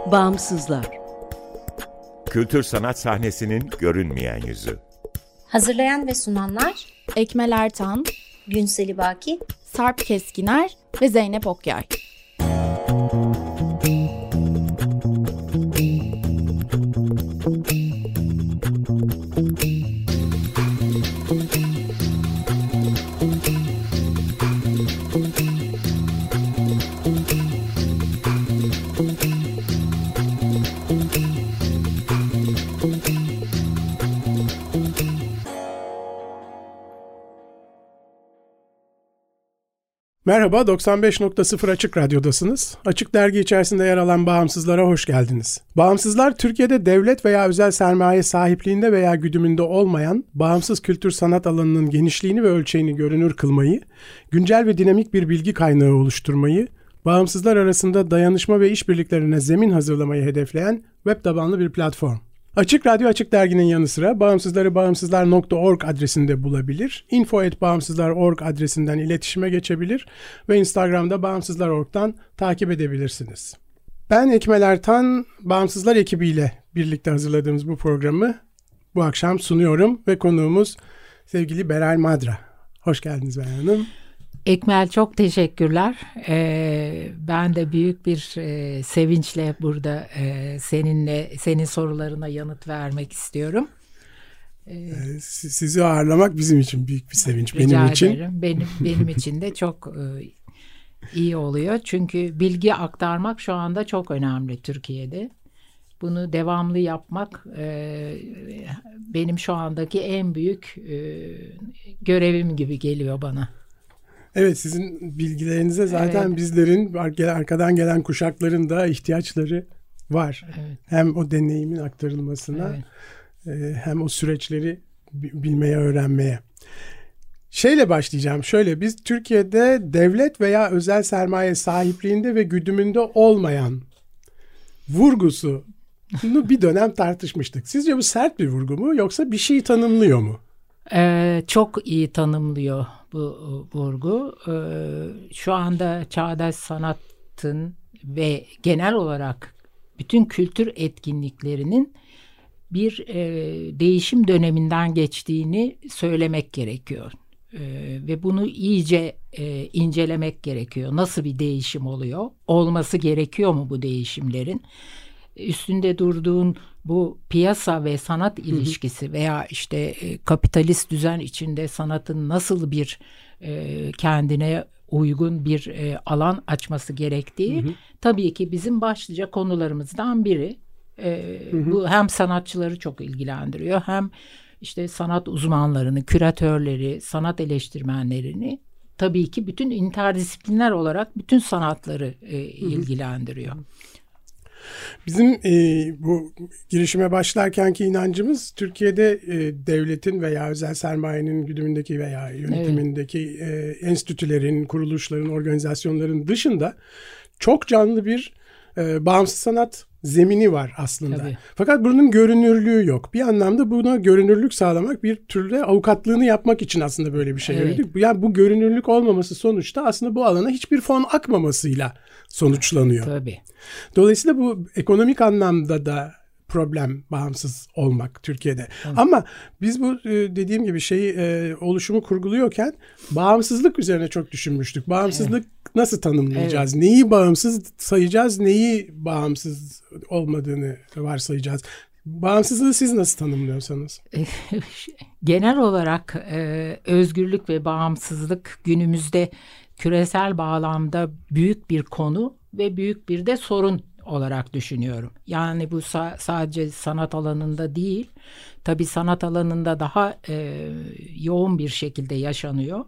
Bağımsızlar. Kültür sanat sahnesinin görünmeyen yüzü. Hazırlayan ve sunanlar Ekmel Ertan, Günseli Baki, Sarp Keskiner ve Zeynep Okyay. Merhaba, 95.0 Açık Radyo'dasınız. Açık Dergi içerisinde yer alan Bağımsızlar'a hoş geldiniz. Bağımsızlar, Türkiye'de devlet veya özel sermaye sahipliğinde veya güdümünde olmayan, bağımsız kültür sanat alanının genişliğini ve ölçeğini görünür kılmayı, güncel ve dinamik bir bilgi kaynağı oluşturmayı, bağımsızlar arasında dayanışma ve işbirliklerine zemin hazırlamayı hedefleyen web tabanlı bir platform. Açık Radyo, Açık Dergi'nin yanı sıra bağımsızları bağımsızlar.org adresinde bulabilir, info@bağımsızlar.org adresinden iletişime geçebilir ve Instagram'da bağımsızlar.org'dan takip edebilirsiniz. Ben Ekmel Ertan, Bağımsızlar ekibiyle birlikte hazırladığımız bu programı bu akşam sunuyorum ve konuğumuz sevgili Beral Madra. Hoş geldiniz Beral Hanım. Ekmel, çok teşekkürler. Ben de büyük bir sevinçle burada senin sorularına yanıt vermek istiyorum. Sizi ağırlamak bizim için büyük bir sevinç. Rica ederim. Benim için de çok iyi oluyor. Çünkü bilgi aktarmak şu anda çok önemli Türkiye'de. Bunu devamlı yapmak benim şu andaki en büyük görevim gibi geliyor bana. Evet, sizin bilgilerinize zaten bizlerin arkadan gelen kuşakların da ihtiyaçları var. Evet. Hem o deneyimin aktarılmasına hem o süreçleri bilmeye, öğrenmeye. Şeyle başlayacağım. Şöyle, biz Türkiye'de devlet veya özel sermaye sahipliğinde ve güdümünde olmayan vurgusunu bir dönem tartışmıştık. Sizce bu sert bir vurgu mu yoksa bir şeyi tanımlıyor mu? Çok iyi tanımlıyor bu vurgu. Şu anda çağdaş sanatın ve genel olarak bütün kültür etkinliklerinin bir değişim döneminden geçtiğini söylemek gerekiyor. Ve bunu iyice incelemek gerekiyor. Nasıl bir değişim oluyor? Olması gerekiyor mu bu değişimlerin? Üstünde durduğun bu piyasa ve sanat ilişkisi veya işte kapitalist düzen içinde sanatın nasıl bir kendine uygun bir alan açması gerektiği tabii ki bizim başlıca konularımızdan biri. Bu hem sanatçıları çok ilgilendiriyor, hem işte sanat uzmanlarını, küratörleri, sanat eleştirmenlerini, tabii ki bütün interdisipliner olarak bütün sanatları ilgilendiriyor. Bizim bu girişime başlarkenki inancımız Türkiye'de devletin veya özel sermayenin güdümündeki veya yönetimindeki enstitülerin, kuruluşların, organizasyonların dışında çok canlı bir bağımsız sanat zemini var aslında. Tabii. Fakat bunun görünürlüğü yok. Bir anlamda buna görünürlük sağlamak, bir türlü avukatlığını yapmak için aslında böyle bir şey öğrendik. Yani bu görünürlük olmaması sonuçta aslında bu alana hiçbir fon akmamasıyla sonuçlanıyor. Tabii. Dolayısıyla bu ekonomik anlamda da problem bağımsız olmak Türkiye'de. Evet. Ama biz bu dediğim gibi oluşumu kurguluyorken bağımsızlık üzerine çok düşünmüştük. Bağımsızlık nasıl tanımlayacağız? Evet. Neyi bağımsız sayacağız? Neyi bağımsız olmadığını varsayacağız? Bağımsızlığı siz nasıl tanımlıyorsanız? Genel olarak özgürlük ve bağımsızlık günümüzde küresel bağlamda büyük bir konu ve büyük bir de sorun olarak düşünüyorum. Yani bu sadece sanat alanında değil, tabii sanat alanında daha yoğun bir şekilde yaşanıyor.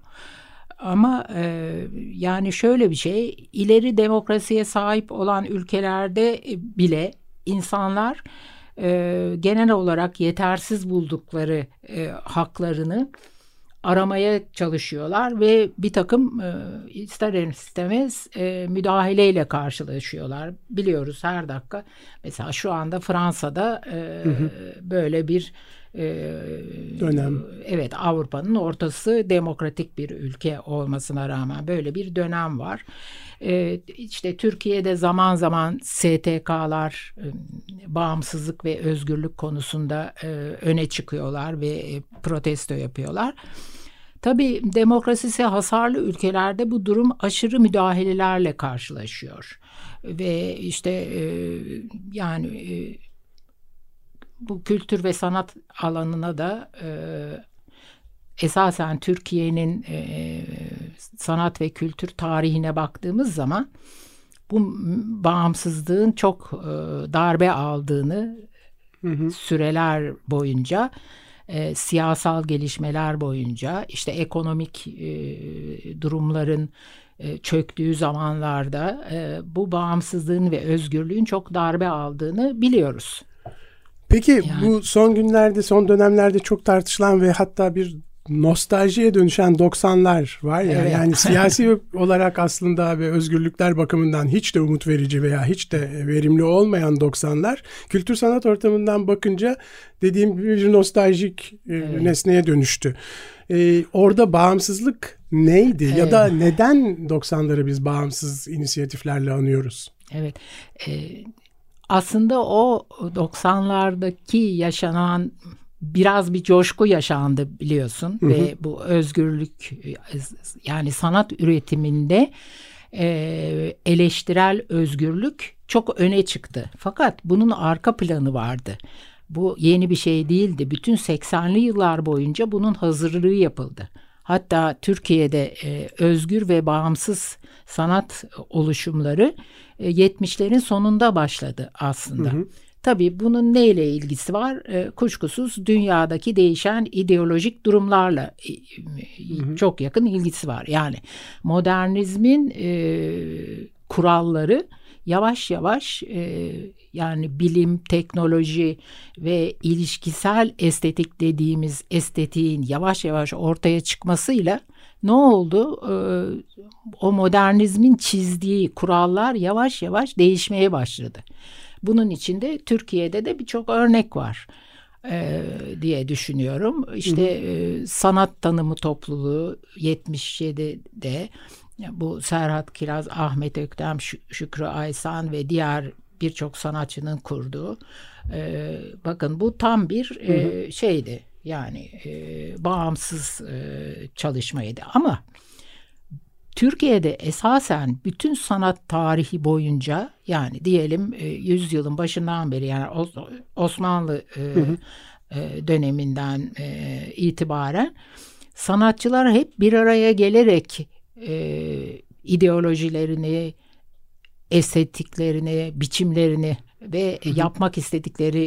Ama yani şöyle bir şey, ileri demokrasiye sahip olan ülkelerde bile insanlar genel olarak yetersiz buldukları haklarını aramaya çalışıyorlar ve bir takım ister istemez müdahaleyle karşılaşıyorlar. Biliyoruz her dakika. Mesela şu anda Fransa'da böyle bir dönem. Evet, Avrupa'nın ortası demokratik bir ülke olmasına rağmen böyle bir dönem var. İşte Türkiye'de zaman zaman STK'lar bağımsızlık ve özgürlük konusunda öne çıkıyorlar ve protesto yapıyorlar. Tabii demokrasisi hasarlı ülkelerde bu durum aşırı müdahalelerle karşılaşıyor. Ve işte bu kültür ve sanat alanına da esasen Türkiye'nin sanat ve kültür tarihine baktığımız zaman bu bağımsızlığın çok darbe aldığını süreler boyunca, siyasal gelişmeler boyunca, işte ekonomik durumların çöktüğü zamanlarda bu bağımsızlığın ve özgürlüğün çok darbe aldığını biliyoruz. Peki bu son günlerde, son dönemlerde çok tartışılan ve hatta bir nostaljiye dönüşen 90'lar var ya, yani siyasi olarak aslında ve özgürlükler bakımından hiç de umut verici veya hiç de verimli olmayan 90'lar kültür sanat ortamından bakınca dediğim gibi bir nostaljik nesneye dönüştü. Orada bağımsızlık neydi ya da neden 90'ları biz bağımsız inisiyatiflerle anıyoruz? Evet. Aslında o 90'lardaki yaşanan biraz bir coşku yaşandı biliyorsun. Ve bu özgürlük, yani sanat üretiminde eleştirel özgürlük çok öne çıktı. Fakat bunun arka planı vardı. Bu yeni bir şey değildi. Bütün 80'li yıllar boyunca bunun hazırlığı yapıldı. Hatta Türkiye'de özgür ve bağımsız sanat oluşumları 70'lerin sonunda başladı aslında. Tabii bunun neyle ilgisi var? Kuşkusuz dünyadaki değişen ideolojik durumlarla çok yakın ilgisi var. Yani modernizmin kuralları yavaş yavaş yani bilim, teknoloji ve ilişkisel estetik dediğimiz estetiğin yavaş yavaş ortaya çıkmasıyla ne oldu? O modernizmin çizdiği kurallar yavaş yavaş değişmeye başladı. Bunun içinde Türkiye'de de birçok örnek var diye düşünüyorum. İşte sanat tanımı topluluğu 77'de bu Serhat Kiraz, Ahmet Öktem, Şükrü Aysan ve diğer birçok sanatçının kurduğu. Bakın bu tam bir şeydi. Yani bağımsız çalışmaydı. Ama Türkiye'de esasen bütün sanat tarihi boyunca, yani diyelim 100 yılın başından beri, yani Osmanlı döneminden itibaren sanatçılar hep bir araya gelerek ideolojilerini, estetiklerini, biçimlerini ve yapmak istedikleri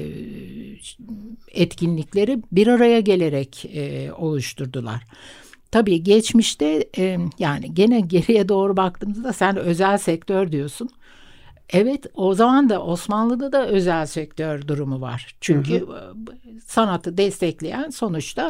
etkinlikleri bir araya gelerek oluşturdular. Tabii geçmişte yani gene geriye doğru baktığımızda sen özel sektör diyorsun. Evet, o zaman da Osmanlı'da da özel sektör durumu var. Çünkü sanatı destekleyen sonuçta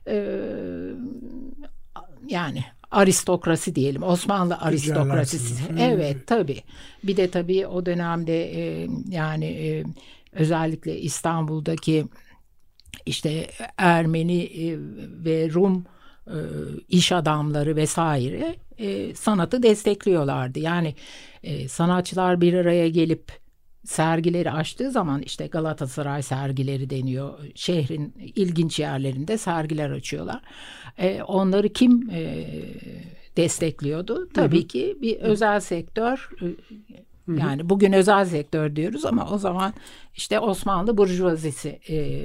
yani aristokrasi diyelim. Osmanlı aristokrasisi. Evet, tabii. Bir de tabii o dönemde yani özellikle İstanbul'daki işte Ermeni ve Rum iş adamları vesaire sanatı destekliyorlardı. Yani sanatçılar bir araya gelip sergileri açtığı zaman, işte Galatasaray sergileri deniyor. Şehrin ilginç yerlerinde sergiler açıyorlar. Onları kim destekliyordu? Tabii ki bir özel sektör. Yani bugün özel sektör diyoruz ama o zaman işte Osmanlı burjuvazisi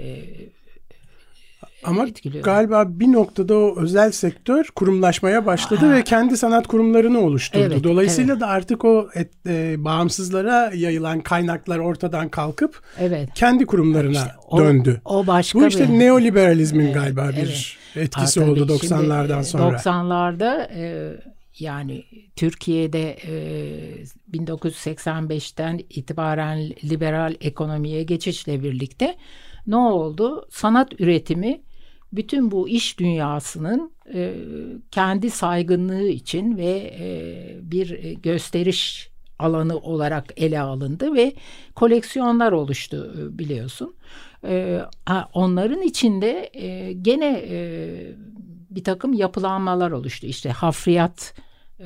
ama etkiliyor. Galiba bir noktada o özel sektör kurumlaşmaya başladı ve kendi sanat kurumlarını oluşturdu. Evet, Dolayısıyla da artık o bağımsızlara yayılan kaynaklar ortadan kalkıp kendi kurumlarına işte döndü. O başka bu işte bir neoliberalizmin galiba bir etkisi oldu 90'lardan sonra. 90'larda yani Türkiye'de 1985'ten itibaren liberal ekonomiye geçişle birlikte ne oldu? Sanat üretimi bütün bu iş dünyasının kendi saygınlığı için ve bir gösteriş alanı olarak ele alındı ve koleksiyonlar oluştu biliyorsun. Onların içinde gene bir takım yapılanmalar oluştu. İşte hafriyat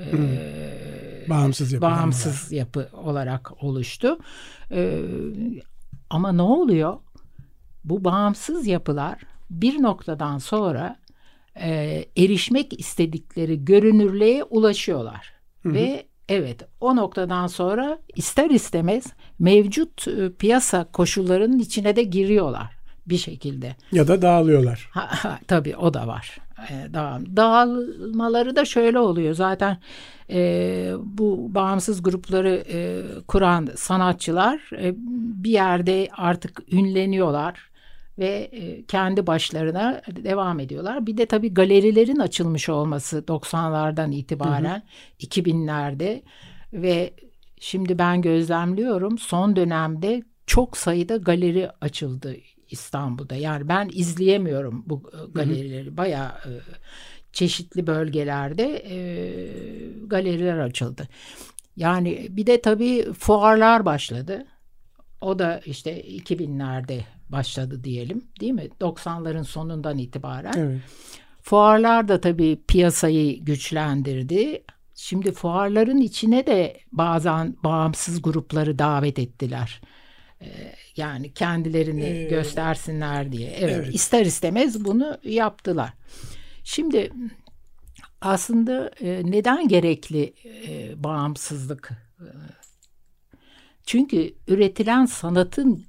bağımsız yapı olarak oluştu. Ama ne oluyor? Bu bağımsız yapılar bir noktadan sonra erişmek istedikleri görünürlüğe ulaşıyorlar. Ve evet, o noktadan sonra ister istemez mevcut piyasa koşullarının içine de giriyorlar bir şekilde. Ya da dağılıyorlar. Tabii o da var. Dağılmaları da şöyle oluyor. Zaten bu bağımsız grupları kuran sanatçılar bir yerde artık ünleniyorlar ve kendi başlarına devam ediyorlar. Bir de tabii galerilerin açılmış olması 90'lardan itibaren 2000'lerde ve şimdi ben gözlemliyorum, son dönemde çok sayıda galeri açıldı İstanbul'da. Yani ben izleyemiyorum bu galerileri. Bayağı çeşitli bölgelerde galeriler açıldı. Yani bir de tabii fuarlar başladı. O da işte 2000'lerde başladı diyelim, değil mi? 90'ların sonundan itibaren. Evet. Fuarlar da tabii piyasayı güçlendirdi. Şimdi fuarların içine de bazen bağımsız grupları davet ettiler. Yani kendilerini göstersinler diye. Evet. İster istemez bunu yaptılar. Şimdi aslında neden gerekli bağımsızlık? Çünkü üretilen sanatın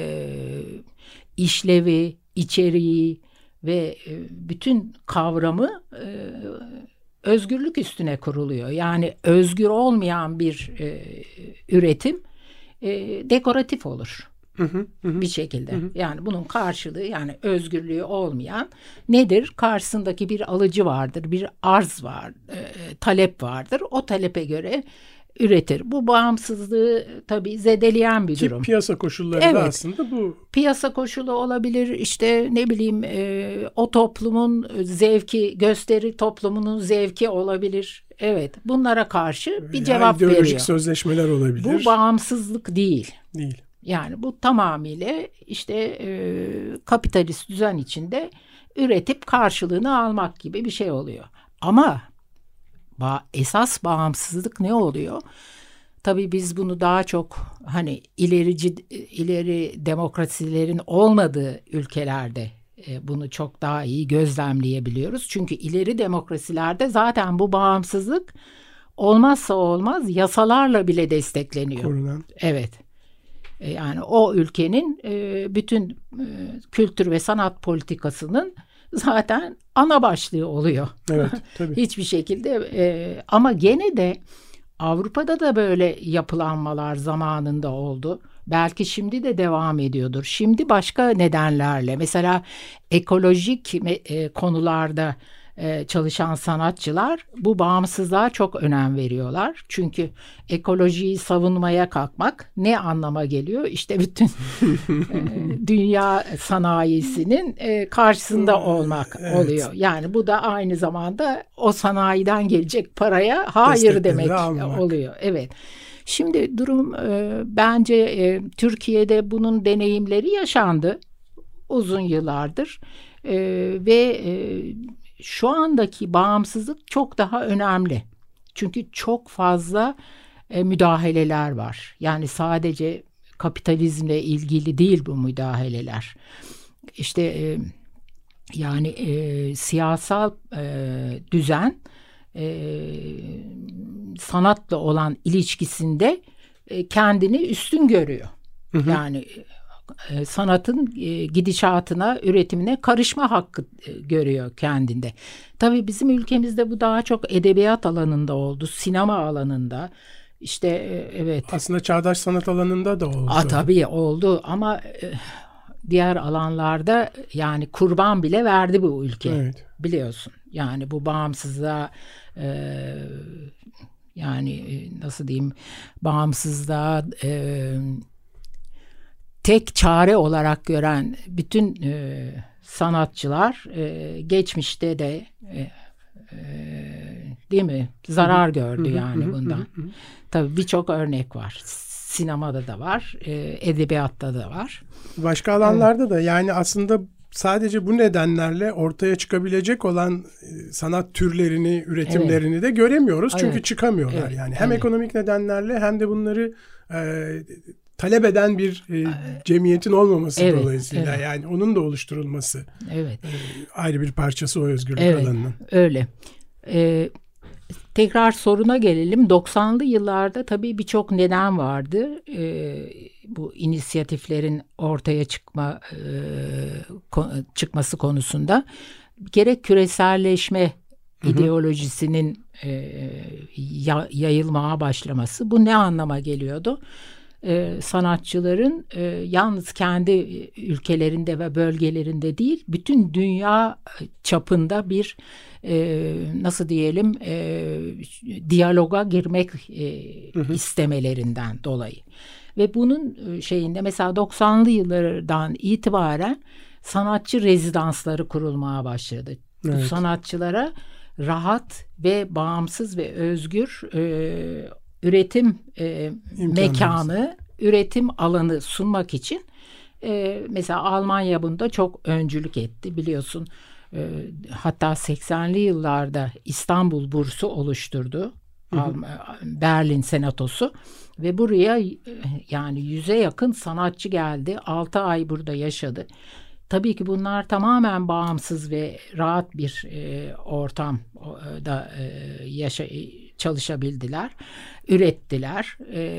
işlevi, içeriği ve bütün kavramı özgürlük üstüne kuruluyor. Yani özgür olmayan bir üretim dekoratif olur. Bir şekilde. Yani bunun karşılığı, yani özgürlüğü olmayan nedir? Karşısındaki bir alıcı vardır, bir arz var, talep vardır. O talepe göre üretir. Bu bağımsızlığı tabii zedeleyen bir durum. Ki piyasa koşulları da aslında bu. Piyasa koşulu olabilir, işte ne bileyim o toplumun zevki, gösteri toplumunun zevki olabilir. Evet, bunlara karşı bir cevap veriyor. İdeolojik sözleşmeler olabilir. Bu bağımsızlık değil. Değil. Yani bu tamamıyla işte kapitalist düzen içinde üretip karşılığını almak gibi bir şey oluyor. Ama esas bağımsızlık ne oluyor? Tabii biz bunu daha çok hani ileri demokrasilerin olmadığı ülkelerde bunu çok daha iyi gözlemleyebiliyoruz. Çünkü ileri demokrasilerde zaten bu bağımsızlık olmazsa olmaz, yasalarla bile destekleniyor. Korunan. Evet. Yani o ülkenin bütün kültür ve sanat politikasının zaten ana başlığı oluyor. Evet, tabii. Hiçbir şekilde ama gene de Avrupa'da da böyle yapılanmalar zamanında oldu. Belki şimdi de devam ediyordur. Şimdi başka nedenlerle, mesela ekolojik konularda çalışan sanatçılar bu bağımsızlığa çok önem veriyorlar. Çünkü ekolojiyi savunmaya kalkmak ne anlama geliyor? İşte bütün dünya sanayisinin karşısında olmak oluyor. Yani bu da aynı zamanda o sanayiden gelecek paraya hayır demek oluyor. Evet. Şimdi durum bence Türkiye'de bunun deneyimleri yaşandı uzun yıllardır ve şu andaki bağımsızlık çok daha önemli. Çünkü çok fazla müdahaleler var. Yani sadece kapitalizmle ilgili değil bu müdahaleler. İşte yani siyasal düzen sanatla olan ilişkisinde kendini üstün görüyor. Yani sanatın gidişatına, üretimine karışma hakkı görüyor kendinde. Tabii bizim ülkemizde bu daha çok edebiyat alanında oldu, sinema alanında. İşte evet. Aslında çağdaş sanat alanında da oldu. Tabii oldu ama diğer alanlarda yani kurban bile verdi bu ülke. Evet. Biliyorsun. Yani bu bağımsızlığa yani nasıl diyeyim, bağımsızlığa tek çare olarak gören bütün sanatçılar geçmişte de değil mi zarar gördü yani bundan. Tabii birçok örnek var. Sinemada da var, edebiyatta da var. Başka alanlarda da yani aslında sadece bu nedenlerle ortaya çıkabilecek olan sanat türlerini, üretimlerini de göremiyoruz. Çünkü çıkamıyorlar yani. Hem ekonomik nedenlerle hem de bunları talep eden bir cemiyetin olmaması dolayısıyla yani onun da oluşturulması ayrı bir parçası o özgürlük alanının. Öyle. Tekrar soruna gelelim. 90'lı yıllarda tabii birçok neden vardı. Bu inisiyatiflerin ortaya çıkması konusunda. Gerek küreselleşme ideolojisinin yayılmaya başlaması. Bu ne anlama geliyordu? Sanatçıların yalnız kendi ülkelerinde ve bölgelerinde değil, bütün dünya çapında bir nasıl diyelim diyaloga girmek istemelerinden dolayı. Ve bunun şeyinde mesela 90'lı yıllardan itibaren sanatçı rezidansları kurulmaya başladı. Bu sanatçılara rahat ve bağımsız ve özgür üretim mekanı, üretim alanı sunmak için mesela Almanya bunda çok öncülük etti biliyorsun. Hatta 80'li yıllarda İstanbul Bursu oluşturdu. Berlin Senatosu ve buraya yani 100'e yakın sanatçı geldi. 6 ay burada yaşadı. Tabii ki bunlar tamamen bağımsız ve rahat bir ortamda çalışabildiler, ürettiler.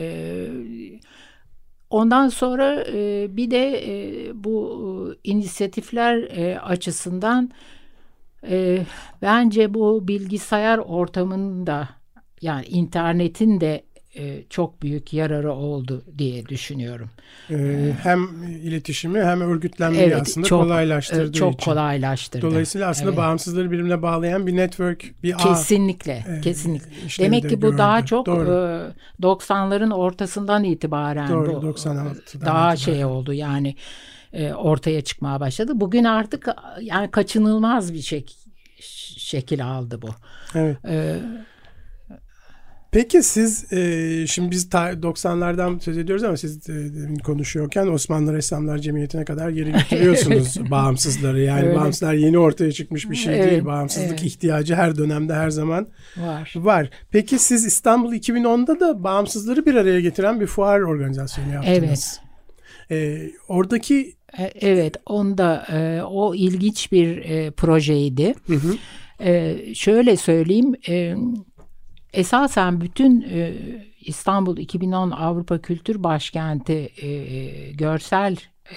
Ondan sonra bir de bu inisiyatifler açısından bence bu bilgisayar ortamında yani internetin de çok büyük yararı oldu diye düşünüyorum. Hem iletişimi hem örgütlenmeyi aslında kolaylaştırdığı için. Çok kolaylaştırdı. Dolayısıyla aslında bağımsızları birbirine bağlayan bir network, bir ağ. Kesinlikle. Demek ki bu daha çok 90'ların ortasından itibaren bu daha şey oldu yani ortaya çıkmaya başladı. Bugün artık yani kaçınılmaz bir şekil aldı bu. Evet. Peki siz şimdi biz 90'lardan söz ediyoruz ama siz konuşuyorken Osmanlı Ressamlar Cemiyeti'ne kadar geri getiriyorsunuz bağımsızları. Yani bağımsızlar yeni ortaya çıkmış bir şey değil. Bağımsızlık ihtiyacı her dönemde her zaman var. Peki siz İstanbul 2010'da da bağımsızları bir araya getiren bir fuar organizasyonu yaptınız. Oradaki... Evet, onda o ilginç bir projeydi. Şöyle söyleyeyim... Esasen bütün İstanbul 2010 Avrupa Kültür Başkenti görsel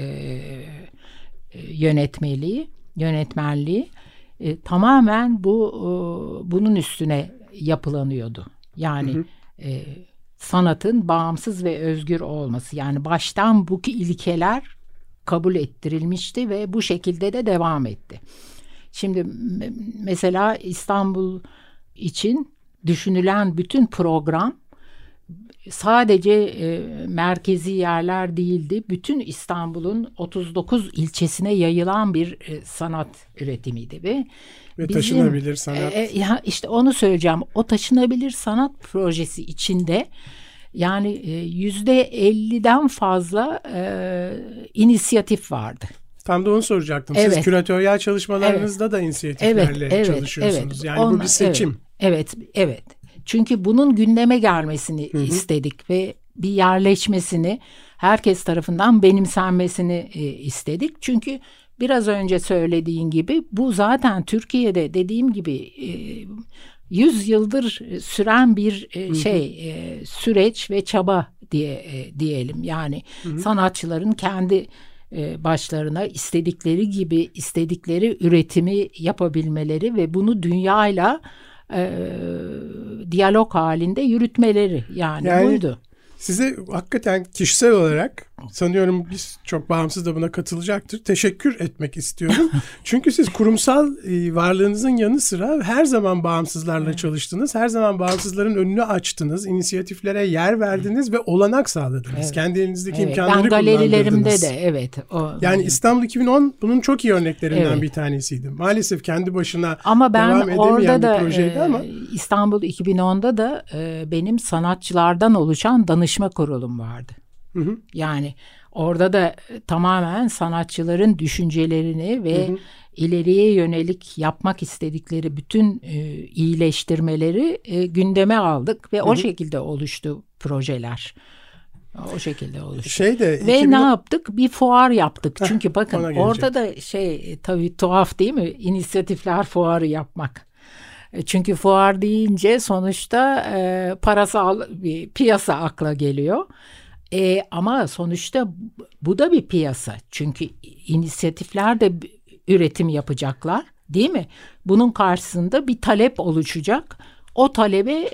yönetmenliği tamamen bunun üstüne yapılanıyordu. Yani sanatın bağımsız ve özgür olması. Yani baştan bu ilkeler kabul ettirilmişti ve bu şekilde de devam etti. Şimdi mesela İstanbul için düşünülen bütün program sadece merkezi yerler değildi. Bütün İstanbul'un 39 ilçesine yayılan bir sanat üretimiydi ve taşınabilir sanat. İşte onu söyleyeceğim. O taşınabilir sanat projesi içinde yani %50'den fazla inisiyatif vardı. Tam da onu soracaktım. Siz küratöryel çalışmalarınızda da inisiyatiflerle çalışıyorsunuz. Yani bu bir seçim. Evet. Çünkü bunun gündeme gelmesini istedik ve bir yerleşmesini, herkes tarafından benimsenmesini istedik. Çünkü biraz önce söylediğin gibi bu zaten Türkiye'de dediğim gibi 100 yıldır süren bir süreç ve çaba diyelim. Yani sanatçıların kendi başlarına istedikleri gibi istedikleri üretimi yapabilmeleri ve bunu dünyayla diyalog halinde yürütmeleri yani buydu. Size hakikaten kişisel olarak Sanıyorum biz çok bağımsız da buna katılacaktır. Teşekkür etmek istiyorum. Çünkü siz kurumsal varlığınızın yanı sıra her zaman bağımsızlarla çalıştınız. Her zaman bağımsızların önünü açtınız. İnisiyatiflere yer verdiniz ve olanak sağladınız. Evet. Kendi elinizdeki Evet, imkanları ben galerilerimde kullandırdınız. de evet. Yani İstanbul 2010 bunun çok iyi örneklerinden Evet. bir tanesiydi. Maalesef kendi başına Ama ben devam edemeyen orada bir da projeydi ama İstanbul 2010'da da benim sanatçılardan oluşan danışma kurulum vardı. Yani orada da tamamen sanatçıların düşüncelerini ve ileriye yönelik yapmak istedikleri bütün iyileştirmeleri gündeme aldık ve o şekilde oluştu projeler. O şekilde oluştu. Ve ne yaptık? Bir fuar yaptık. Çünkü bakın orada da tabii tuhaf değil mi? İnisiyatifler fuarı yapmak. Çünkü fuar deyince sonuçta parasal bir piyasa akla geliyor. Ama sonuçta bu da bir piyasa. Çünkü inisiyatifler de üretim yapacaklar, değil mi? Bunun karşısında bir talep oluşacak. O talebe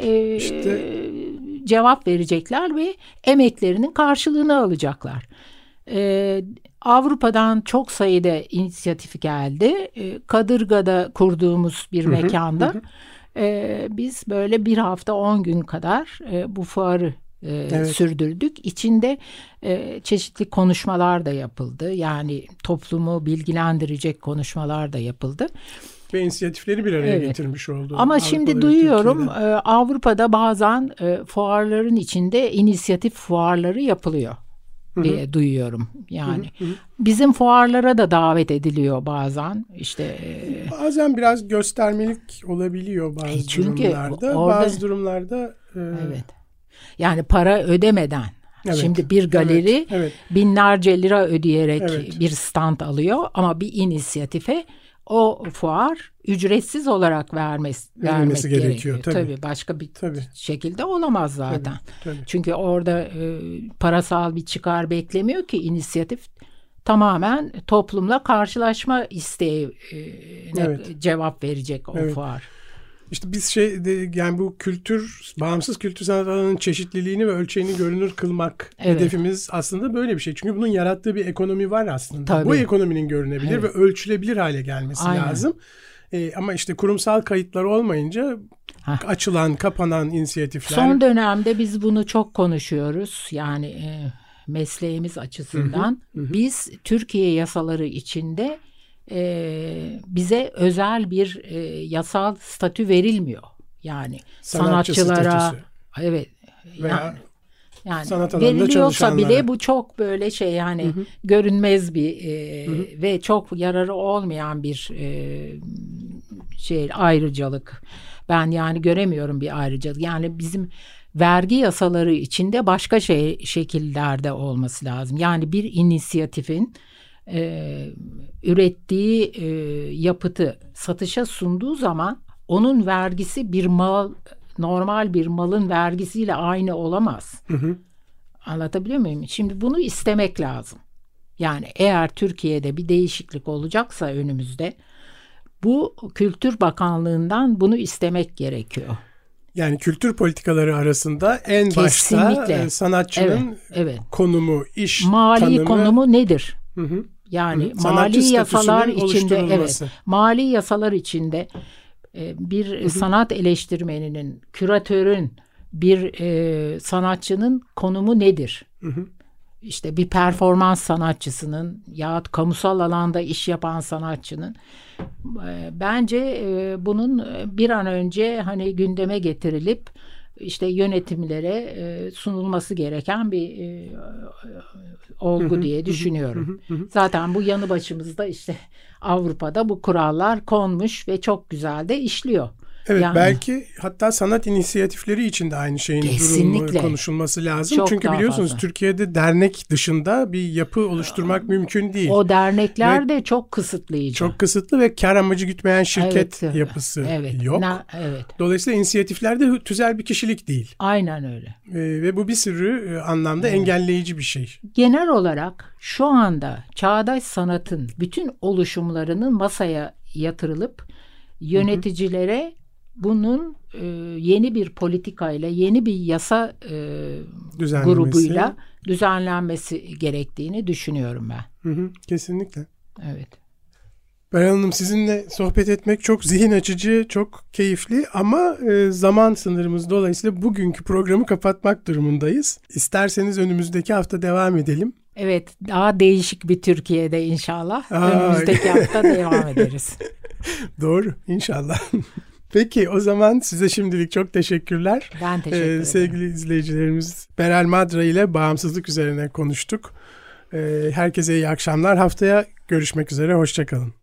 cevap verecekler ve emeklerinin karşılığını alacaklar. Avrupa'dan çok sayıda inisiyatif geldi. Kadırga'da kurduğumuz bir mekanda biz böyle bir hafta 10 gün kadar bu fuarı sürdürdük. İçinde çeşitli konuşmalar da yapıldı. Yani toplumu bilgilendirecek konuşmalar da yapıldı. Ve inisiyatifleri bir araya getirmiş oldu. Ama şimdi duyuyorum Avrupa'da bazen fuarların içinde inisiyatif fuarları yapılıyor diye duyuyorum. Yani bizim fuarlara da davet ediliyor bazen. İşte bazen biraz göstermelik olabiliyor bazı durumlarda. Bazı durumlarda evet. Yani para ödemeden. Evet, şimdi bir galeri binlerce lira ödeyerek bir stand alıyor ama bir inisiyatife o fuar ücretsiz olarak vermek gerekiyor. Tabii başka bir şekilde olamaz zaten. Tabii. Çünkü orada parasal bir çıkar beklemiyor ki inisiyatif tamamen toplumla karşılaşma isteğine cevap verecek o fuar. İşte biz yani bu bağımsız kültür sanat alanının çeşitliliğini ve ölçeğini görünür kılmak hedefimiz aslında böyle bir şey. Çünkü bunun yarattığı bir ekonomi var aslında. Tabii. Bu ekonominin görünebilir ve ölçülebilir hale gelmesi lazım. Ama işte kurumsal kayıtlar olmayınca açılan, kapanan inisiyatifler. Son dönemde biz bunu çok konuşuyoruz. Yani mesleğimiz açısından. Biz Türkiye yasaları içinde bize özel bir yasal statü verilmiyor. Yani sanatçılara yani veriliyorsa bile bu çok böyle görünmez bir ve çok yararı olmayan bir ayrıcalık. Ben yani göremiyorum bir ayrıcalık. Yani bizim vergi yasaları içinde başka şekillerde olması lazım. Yani bir inisiyatifin ürettiği yapıtı satışa sunduğu zaman onun vergisi normal bir malın vergisiyle aynı olamaz. Anlatabiliyor muyum? Şimdi bunu istemek lazım. Yani eğer Türkiye'de bir değişiklik olacaksa önümüzde bu Kültür Bakanlığı'ndan bunu istemek gerekiyor. Yani kültür politikaları arasında en başta sanatçının konumu, iş mali tanımı, konumu nedir? Yani mali yasalar içinde mali yasalar içinde bir sanat eleştirmeninin, küratörün, bir sanatçının konumu nedir? İşte bir performans sanatçısının yahut kamusal alanda iş yapan sanatçının bence bunun bir an önce gündeme getirilip işte yönetimlere sunulması gereken bir olgu diye düşünüyorum. Zaten bu yanı başımızda işte Avrupa'da bu kurallar konmuş ve çok güzel de işliyor. Evet, belki hatta sanat inisiyatifleri için de aynı şeyin konuşulması lazım. Çok çünkü biliyorsunuz fazla. Türkiye'de dernek dışında bir yapı oluşturmak mümkün değil. O dernekler de çok kısıtlayıcı. Çok kısıtlı ve kar amacı gütmeyen şirket yapısı yok. Dolayısıyla inisiyatifler de tüzel bir kişilik değil. Aynen öyle. Ve bu bir sürü anlamda engelleyici bir şey. Genel olarak şu anda çağdaş sanatın bütün oluşumlarının masaya yatırılıp yöneticilere bunun yeni bir politikayla, yeni bir yasa grubuyla düzenlenmesi gerektiğini düşünüyorum ben. Kesinlikle. Evet. Beral Hanım, sizinle sohbet etmek çok zihin açıcı, çok keyifli ama zaman sınırımız dolayısıyla bugünkü programı kapatmak durumundayız. İsterseniz önümüzdeki hafta devam edelim. Evet, daha değişik bir Türkiye'de inşallah. Önümüzdeki hafta devam ederiz. Doğru, inşallah. Peki, o zaman size şimdilik çok teşekkürler. Ben teşekkür ederim. Sevgili izleyicilerimiz, Beral Madra ile bağımsızlık üzerine konuştuk. Herkese iyi akşamlar. Haftaya görüşmek üzere, hoşça kalın.